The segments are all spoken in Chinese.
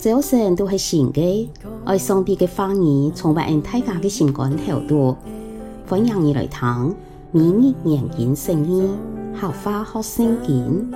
早晨都是新的，愛上帝的話語充滿大家的心肝頭度。歡迎你來聽每日研經聖經，合法學聖經。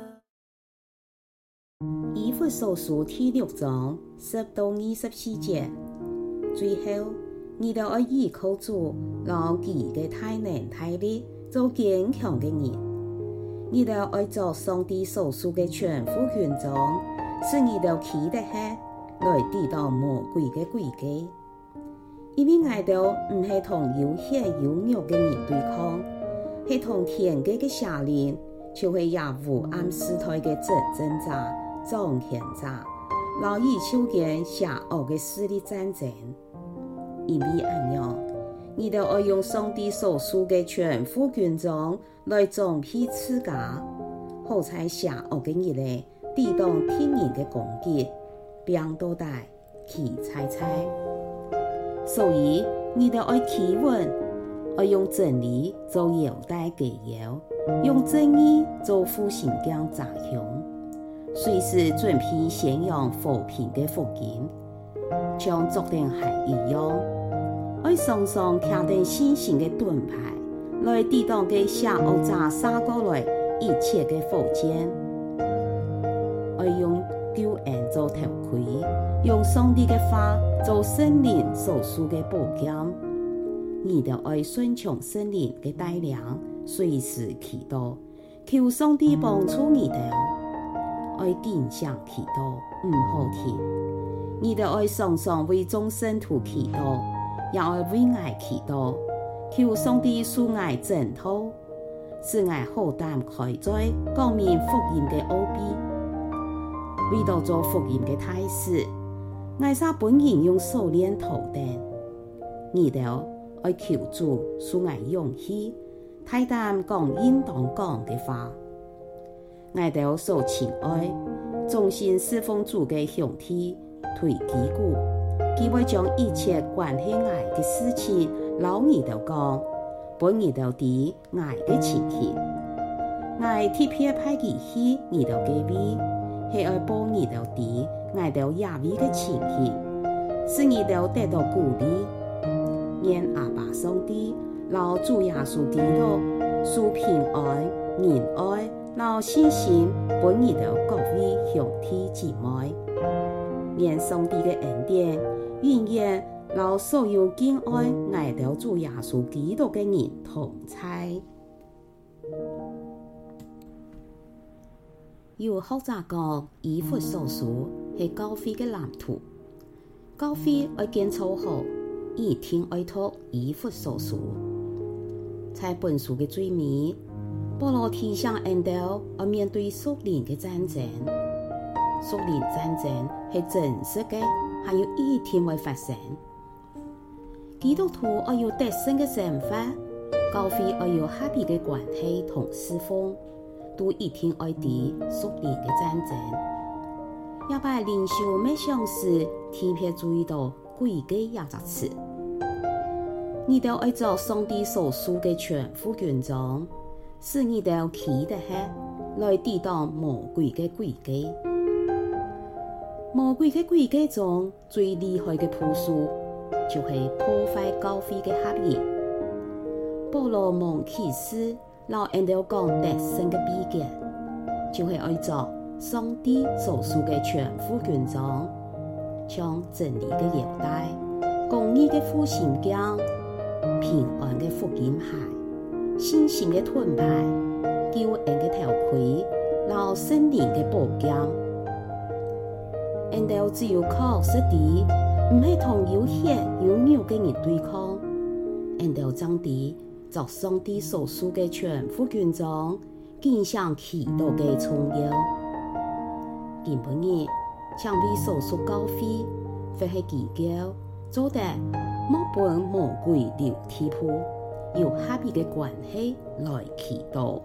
以弗所書第6章10到24節，最後你哋愛依靠主，讓佢嘅大能大力做堅強嘅人。你哋愛做上帝所屬嘅全副權狀，使你哋企得起來抵擋魔鬼嘅詭計。因為我哋唔係同有血有肉嘅人對抗，係同天界嘅邪靈，就係耶和華時代嘅執政者、掌權者，勞以手間邪惡嘅勢力戰爭。因為這樣，你哋愛用上帝所屬嘅全副權狀來裝備自家，好在邪惡嘅日嚟抵擋敵人嘅攻擊，並到達其猜。所以你哋愛企穩，愛用真理做腰帶繫腰，用正義做護心鏡扎胸，隨時準備宣揚和平嘅福音，像昨天係一樣，愛常常騎定信心嘅盾牌，來抵擋嘅邪惡者撒過來一切嘅火箭，愛用救恩做頭盔，用上帝嘅話做聖靈所屬嘅寶劍。你哋愛順從聖靈嘅帶領，隨時祈禱，求上帝幫助你哋。愛堅強祈禱，唔好停。你哋愛常常為眾聖徒祈禱，也愛為愛祈禱，求上帝賜愛掙脫，使愛好膽開在光明福音嘅奧秘。為到做福音嘅大事，愛撒本人用手鏈頭頂，你哋愛求主賜愛勇氣，大膽講應當講嘅話。愛哋受情愛，忠心侍奉主嘅兄弟推基鼓，佢會將一切關係愛嘅事情老你哋講，本你哋知愛嘅情形。愛特別派佢去你哋嘅位，係愛幫你哋知愛哋野味嘅情形，使你哋得到鼓勵。願阿爸上帝、老主耶穌基督賜平安、仁愛、老信心，本你哋各位兄弟姊妹。願上帝嘅恩典、永遠老所有敬愛愛哋主耶穌基督嘅人同在。有學者講，以弗所書係教會嘅藍圖，教會愛建造好，一定愛讀以弗所書。在本書嘅最尾，保羅提醒人哋要面對屬靈嘅戰爭。屬靈戰爭係真實嘅，還有一天會發生。基督徒要有得勝嘅想法，教會要有合宜嘅關係同侍奉，都一定要知屬靈嘅戰爭。也把靈修每想時特別注意到詭計也隻詞。你哋要做上帝所賜嘅全副權狀，使你哋企得起來抵擋魔鬼嘅詭計。魔鬼嘅詭計中最厲害嘅樸素，就係破壞教會嘅合宜。保羅蒙啟示，老人哋講得勝嘅秘訣，就係愛做上帝所賜嘅全副權狀，像真理嘅腰帶、公義嘅護心鏡、平安嘅福音牌、信心嘅盾牌、救恩嘅頭盔、老聖靈嘅寶劍。人哋只有靠實地，唔係同有血有肉嘅人對抗。人哋將地作上帝所賜嘅全副權狀，堅強祈禱嘅重要。今晡日，請為所屬教會，或係基教，做得莫本魔鬼留地鋪，有合宜嘅關係來祈禱。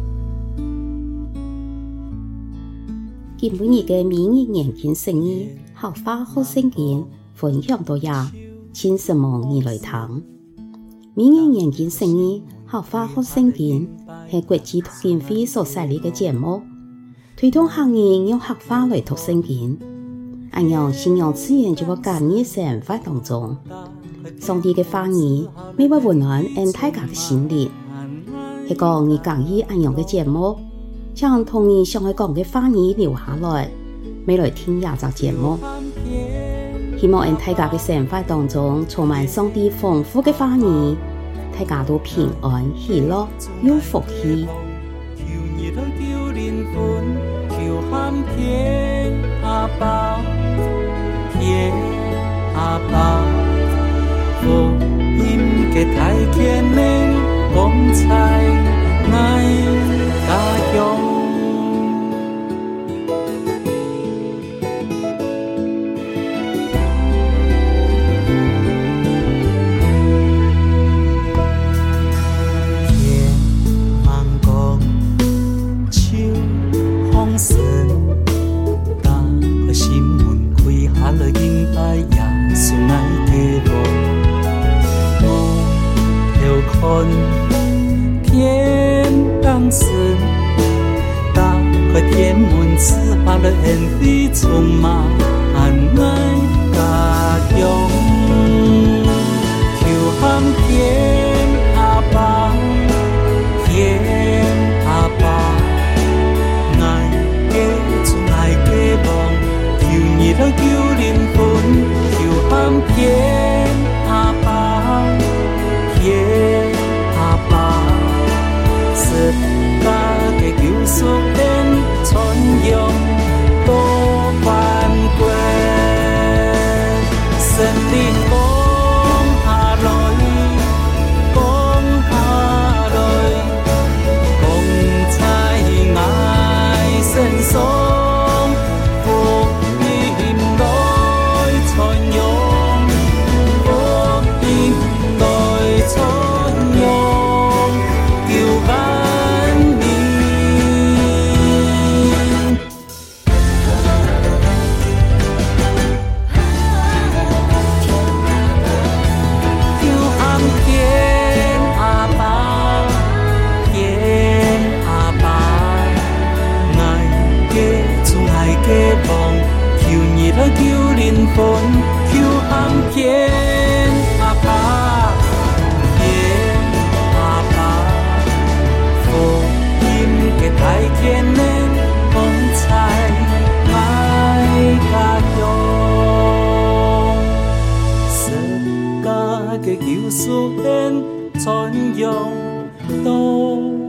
今晡日嘅每日研經聖經客家好聖經分享到呀，請什麼你來聽。每年研究生意客家好聖經係國際讀經會所設立嘅節目，推動客人用客家來讀聖經。咁樣信仰自然就會加入生活當中。上帝嘅話語每會溫暖大家嘅心靈。係講你講意咁樣嘅節目，將同你想去講嘅話語留下來，未來聽廿集節目。希望大家嘅生活當中充滿上帝豐富嘅話語，大家都平安喜樂有福氣。福音嘅大天命光彩愛家鄉。天茫光秋風神，打開心門開下了敬拜耶穌愛嘅路。看天當神，打開天門，賜下了恩惠，充滿愛家鄉。求喊天阿爸，天阿爸，愛嘅主愛嘅王，求你來救靈魂，求喊天阿爸，天阿爸，十架嘅救贖恩，傳揚多萬國，神靈降下來，降下來，光彩愛神送，福音來傳揚，福音來傳揚，叫萬民。叫喊天阿爸，天阿爸，愛嘅主愛嘅王，求你來救靈魂，求喊天阿爸，天阿爸，福音嘅大天能光彩愛家鄉，十架嘅救贖恩傳揚到